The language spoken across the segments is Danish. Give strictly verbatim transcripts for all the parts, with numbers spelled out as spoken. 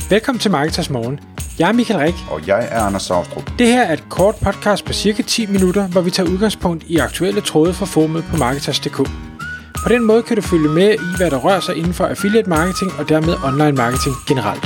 Velkommen til Marketers Morgen. Jeg er Michael Rik. Og jeg er Anders Saustrup. Det her er et kort podcast på cirka ti minutter, hvor vi tager udgangspunkt i aktuelle tråde fra forumet på Marketers punktum d k. På den måde kan du følge med i, hvad der rører sig inden for affiliate marketing og dermed online marketing generelt.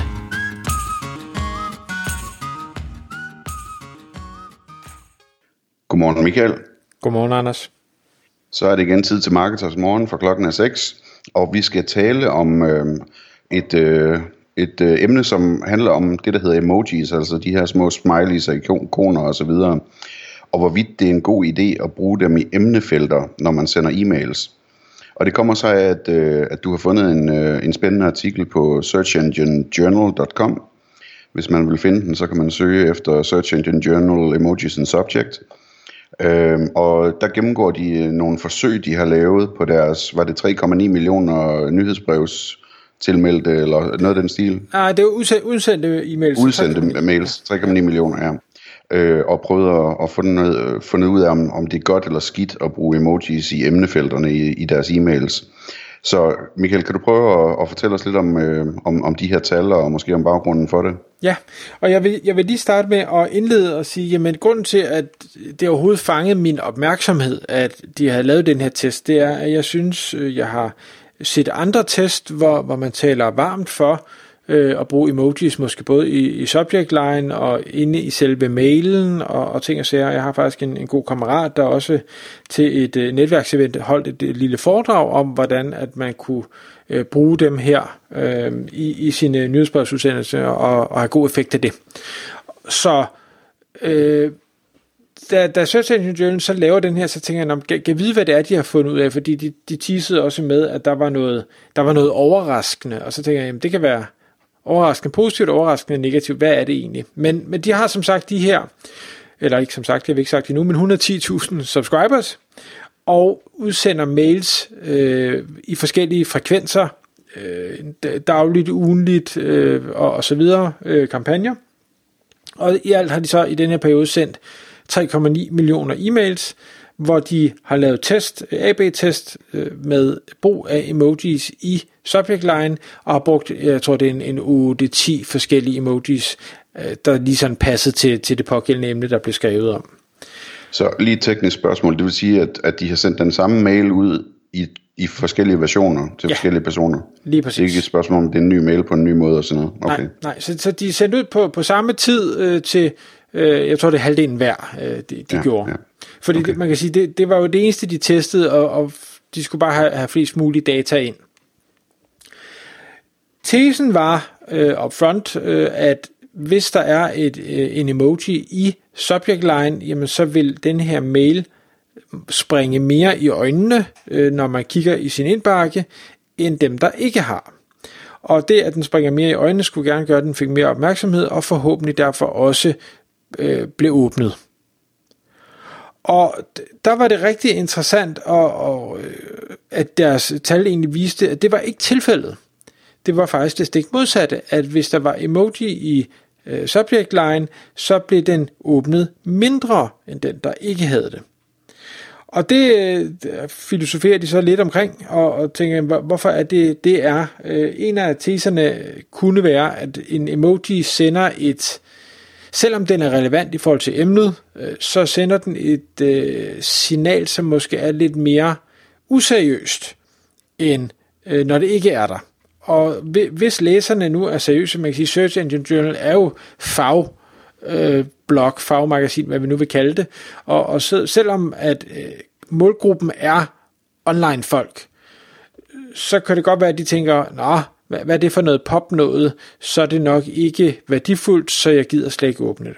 Godmorgen Michael. Godmorgen Anders. Så er det igen tid til Marketers Morgen, for klokken er seks, og vi skal tale om øh, et, øh, et øh, emne, som handler om det, der hedder emojis, altså de her små smileys og ikoner og så videre, og hvorvidt det er en god idé at bruge dem i emnefelter, når man sender e-mails. Og det kommer så af, at, øh, at du har fundet en, øh, en spændende artikel på search engine journal punktum com. Hvis man vil finde den, så kan man søge efter Search Engine Journal Emojis and Subject. Øhm, og der gennemgår de nogle forsøg, de har lavet på deres, var det tre komma ni millioner nyhedsbrevs tilmeldte, eller noget af den stil? Nej, det er udsendte, udsendte e-mails. Udsendte mails, tre komma ni millioner, ja. Øh, og prøvet at, at få noget, fundet ud af, om, om det er godt eller skidt at bruge emojis i emnefelterne i, i deres e-mails. Så Michael, kan du prøve at, at fortælle os lidt om, øh, om, om de her tal, og måske om baggrunden for det? Ja, og jeg vil, jeg vil lige starte med at indlede og sige, jamen grunden til, at det overhovedet fangede min opmærksomhed, at de har lavet den her test, det er, at jeg synes, jeg har set andre test, hvor, hvor man taler varmt for øh, at bruge emojis, måske både i, i subject line og inde i selve mailen og, og ting og sager. Jeg har faktisk en, en god kammerat, der også til et øh, netværksevent holdt et, et lille foredrag om, hvordan at man kunne øh, bruge dem her øh, i, i sine nyhedsbrevsudsendelser og, og have god effekt af det. Så øh, da, da Search Engine Journal så laver den her, så tænker jeg, kan jeg vide, hvad det er, de har fundet ud af, fordi de, de teasede også med, at der var noget, der var noget overraskende, og så tænker jeg, jamen det kan være overraskende positivt, overraskende negativt, hvad er det egentlig? Men, men de har som sagt de her, eller ikke som sagt, jeg har ikke sagt det endnu, men et hundrede og ti tusind subscribers, og udsender mails øh, i forskellige frekvenser, øh, dagligt, ugenligt øh, og, og så videre, øh, kampagner. Og i alt har de så i den her periode sendt tre komma ni millioner e-mails, hvor de har lavet test, A B-test øh, med brug af emojis i subject line, og har brugt, jeg tror det er en, en otte ti forskellige emojis, øh, der lige sådan passede til, til det pågældende emne, der blev skrevet om. Så lige et teknisk spørgsmål, det vil sige, at, at de har sendt den samme mail ud i, i forskellige versioner til ja, forskellige personer? Lige præcis. Det er ikke et spørgsmål om, det er en ny mail på en ny måde og sådan noget? Okay. Nej, nej. Så, så de er sendt ud på, på samme tid øh, til, øh, jeg tror det er halvdelen hver, øh, de, de ja, gjorde. Ja. Fordi okay. det, man kan sige, det, det var jo det eneste, de testede, og, og de skulle bare have, have flest mulige data ind. Tesen var øh, upfront, øh, at hvis der er et, øh, en emoji i subject line, jamen så vil den her mail springe mere i øjnene, øh, når man kigger i sin indbakke, end dem, der ikke har. Og det, at den springer mere i øjnene, skulle gerne gøre, at den fik mere opmærksomhed, og forhåbentlig derfor også øh, blev åbnet. Og der var det rigtig interessant, og, og, at deres tal egentlig viste, at det var ikke tilfældet. Det var faktisk det stik modsatte, at hvis der var emoji i øh, subject line, så blev den åbnet mindre end den, der ikke havde det. Og det øh, filosoferer de så lidt omkring, og, og tænker, hvorfor er det, det er. Øh, en af teserne kunne være, at en emoji sender et, selvom den er relevant i forhold til emnet, øh, så sender den et øh, signal, som måske er lidt mere useriøst, end øh, når det ikke er der. Og hvis læserne nu er seriøse, man kan sige, Search Engine Journal er jo fag, øh, blog, fagmagasin, hvad vi nu vil kalde det, og, og så, selvom at øh, målgruppen er online folk, så kan det godt være, at de tænker, nå, hvad, hvad er det for noget pop noget, så er det nok ikke værdifuldt, så jeg gider slet ikke åbne det.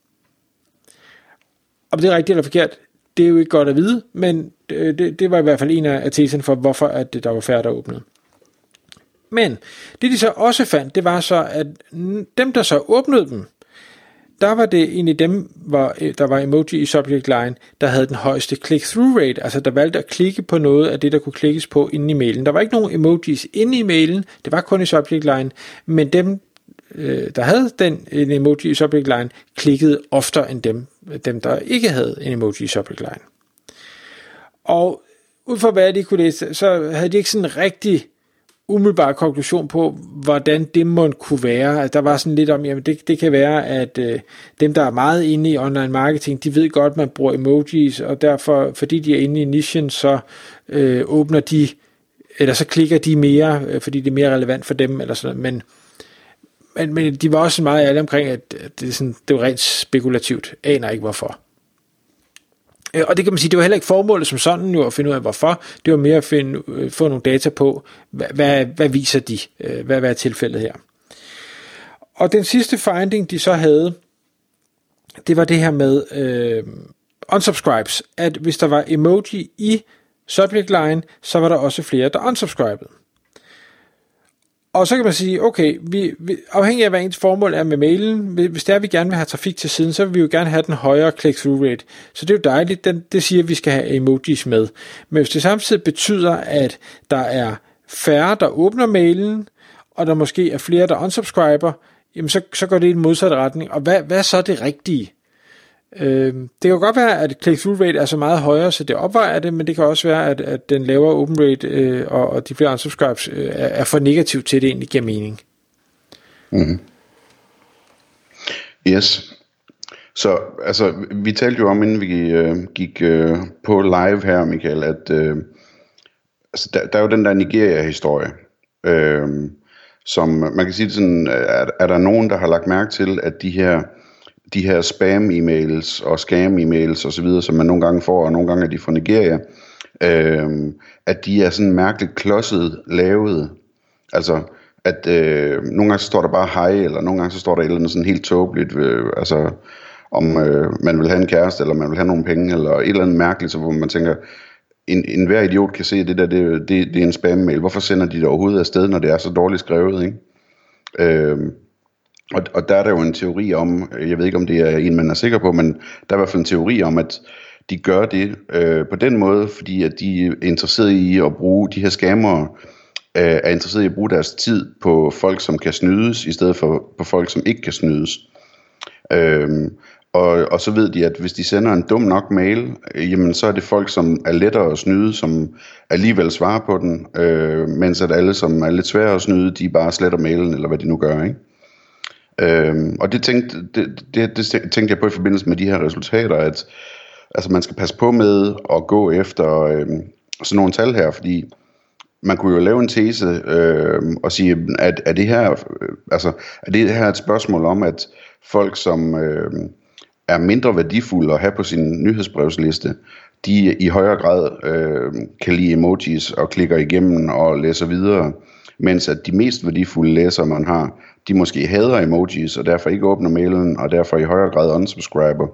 Om det er rigtigt eller forkert, det er jo ikke godt at vide, men det, det var i hvert fald en af teserne for, hvorfor at der var færre, der åbnede. Men det de så også fandt, det var så, at dem, der så åbnede dem, der var det egentlig dem, hvor der var emoji i subject line, der havde den højeste click-through rate, altså der valgte at klikke på noget af det, der kunne klikkes på inde i mailen. Der var ikke nogen emojis inde i mailen, det var kun i subject line, men dem, der havde den en emoji i subject line, klikkede oftere end dem, dem der ikke havde en emoji i subject line. Og ud fra hvad de kunne læse, så havde de ikke sådan rigtig umiddelbare konklusion på, hvordan det må kunne være. Altså, der var sådan lidt om, jamen det, det kan være, at øh, dem, der er meget inde i online marketing, de ved godt, at man bruger emojis, og derfor, fordi de er inde i nichen, så øh, åbner de, eller så klikker de mere, øh, fordi det er mere relevant for dem, eller sådan noget. Men, men, men de var også meget alle omkring, at, at det, er sådan, det var rent spekulativt. Aner ikke hvorfor. Og det kan man sige, det var heller ikke formålet som sådan jo at finde ud af hvorfor, det var mere at finde, få nogle data på, hvad, hvad, hvad viser de, hvad, hvad er tilfældet her. Og den sidste finding, de så havde, det var det her med øh, unsubscribes, at hvis der var emoji i subject line, så var der også flere, der unsubscribede. Og så kan man sige, okay, vi, vi, afhængig af hvad ens formål er med mailen, hvis det er, vi gerne vil have trafik til siden, så vil vi jo gerne have den højere click-through rate. Så det er jo dejligt, den, det siger, at vi skal have emojis med. Men hvis det samtidig betyder, at der er færre, der åbner mailen, og der måske er flere, der unsubscriber, jamen så, så går det i den modsatte retning. Og hvad, hvad er så det rigtige? Øh, det kan jo godt være, at click-through rate er så meget højere, så det opvejer det, men det kan også være, at, at den lavere open rate øh, og, og de flere unsubscribes øh, er, er for negativt til, det egentlig giver mening. Mm-hmm. Yes. Så altså, vi talte jo om, inden vi øh, gik øh, på live her, Michael, at øh, altså, der, der er jo den der Nigeria-historie, øh, som man kan sige sådan, er, er der nogen, der har lagt mærke til, at de her de her spam-emails og scam-emails og så videre, som man nogle gange får, og nogle gange er de fra Nigeria, øh, at de er sådan mærkeligt klodset lavet. Altså, at øh, nogle gange så står der bare hej, eller nogle gange så står der et eller andet sådan helt tåbeligt, øh, altså om øh, man vil have en kæreste, eller man vil have nogle penge, eller et eller andet mærkeligt, så hvor man tænker, en, en hver idiot kan se, at det der, det, det, det er en spam-mail. Hvorfor sender de det overhovedet afsted, når det er så dårligt skrevet, ikke? Øh, Og, og der er der jo en teori om, jeg ved ikke om det er en, man er sikker på, men der er i hvert fald en teori om, at de gør det øh, på den måde, fordi at de er interesseret i at bruge, de her scammere øh, er interesseret i at bruge deres tid på folk, som kan snydes, i stedet for på folk, som ikke kan snydes. Øh, og, og så ved de, at hvis de sender en dum nok mail, øh, jamen så er det folk, som er lettere at snyde, som alligevel svarer på den, øh, mens at alle, som er lidt sværere at snyde, de bare sletter mailen, eller hvad de nu gør, ikke? Øhm, og det tænkte, det, det, det tænkte jeg på i forbindelse med de her resultater, at altså man skal passe på med at gå efter øhm, sådan nogle tal her, fordi man kunne jo lave en tese øhm, og sige, at er det her, øh, altså er det her et spørgsmål om, at folk, som øhm, er mindre værdifulde at have på sin nyhedsbrevsliste, de i højere grad øhm, kan lide emojis og klikker igennem og læser videre, mens at de mest værdifulde læsere, man har, de måske hader emojis, og derfor ikke åbner mailen, og derfor i højere grad unsubscriber.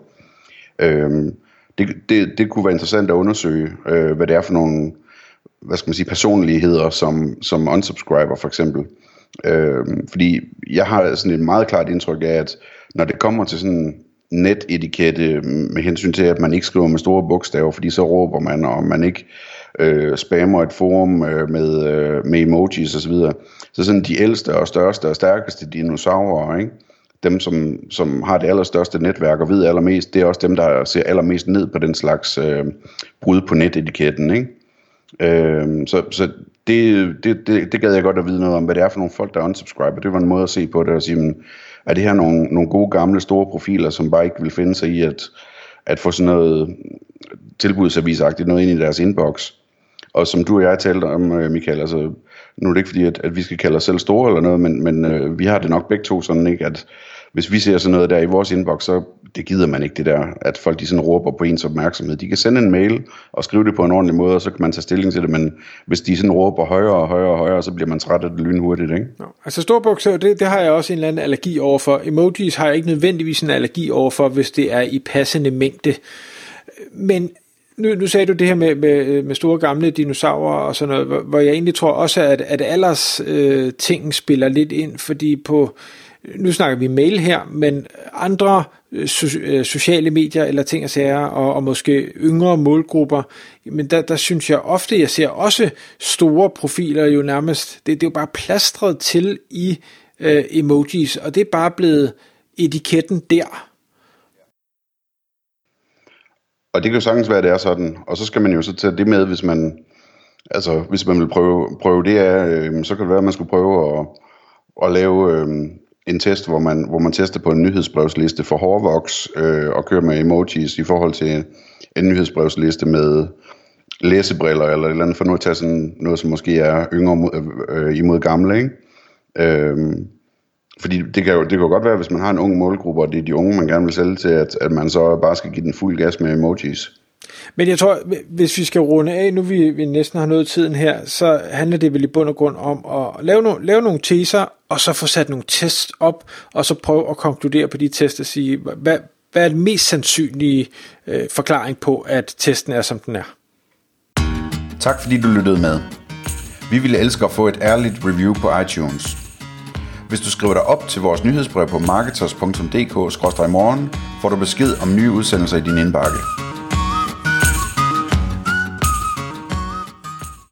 Øhm, det, det, det kunne være interessant at undersøge, øh, hvad det er for nogle, hvad skal man sige, personligheder, som, som unsubscriber for eksempel. Øhm, fordi jeg har sådan et meget klart indtryk af, at når det kommer til sådan netetikette med hensyn til, at man ikke skriver med store bogstaver, fordi så råber man, og man ikke øh, spammer et forum øh, med, øh, med emojis osv. Så, så sådan de ældste og største og stærkeste dinosaurer, ikke? Dem som, som har det allerstørste netværk og ved allermest, det er også dem, der ser allermest ned på den slags øh, brud på netetiketten, ikke? Øh, så så det, det, det, det gad jeg godt at vide noget om, hvad det er for nogle folk, der unsubscriber. Det var en måde at se på det og sige, men, er det her nogle, nogle gode gamle store profiler, som bare ikke vil finde sig i at, at få sådan noget tilbudsavisagtigt noget ind i deres inbox. Og som du og jeg talte om, Michael, altså nu er det ikke fordi, at, at vi skal kalde os selv store eller noget, men, men øh, vi har det nok begge to sådan, ikke, at hvis vi ser sådan noget der i vores inbox, så det gider man ikke det der, at folk de sådan råber på ens opmærksomhed. De kan sende en mail og skrive det på en ordentlig måde, og så kan man tage stilling til det, men hvis de sådan råber højere og højere og højere, så bliver man træt af det lynhurtigt, ikke? No. Altså store bogstaver, det, det har jeg også en eller anden allergi overfor. Emojis har jeg ikke nødvendigvis en allergi overfor, hvis det er i passende mængde. Men nu, nu sagde du det her med, med, med store gamle dinosaurer og sådan noget, hvor jeg egentlig tror også, at, at alders øh, ting spiller lidt ind, fordi på nu snakker vi mail her, men andre so- sociale medier eller ting og sager, og, og måske yngre målgrupper, men der, der synes jeg ofte, jeg ser også store profiler jo nærmest, det, det er jo bare plastret til i øh, emojis, og det er bare blevet etiketten der. Og det kan jo sagtens være, at det er sådan, og så skal man jo så tage det med, hvis man Altså, hvis man vil prøve, prøve det af, øh, så kan det være, at man skulle prøve at, at lave øh, en test, hvor man, hvor man tester på en nyhedsbrevsliste for Hårvox øh, og kører med emojis i forhold til en nyhedsbrevsliste med læsebriller eller et eller andet, for nu at tage sådan noget, som måske er yngre mod, øh, imod gamle, ikke? Øh, fordi det kan, jo, det kan jo godt være, hvis man har en ung målgruppe, og det er de unge, man gerne vil sælge til, at, at man så bare skal give den fuld gas med emojis. Men jeg tror, hvis vi skal runde af, nu vi, vi næsten har nået tiden her, så handler det vel i bund og grund om at lave, no, lave nogle teser, og så få sat nogle tests op, og så prøve at konkludere på de tests og sige, hvad, hvad er den mest sandsynlige øh, forklaring på, at testen er, som den er. Tak fordi du lyttede med. Vi ville elske at få et ærligt review på iTunes. Hvis du skriver dig op til vores nyhedsbrev på marketers punktum d k skråstreg morgen, får du besked om nye udsendelser i din indbakke.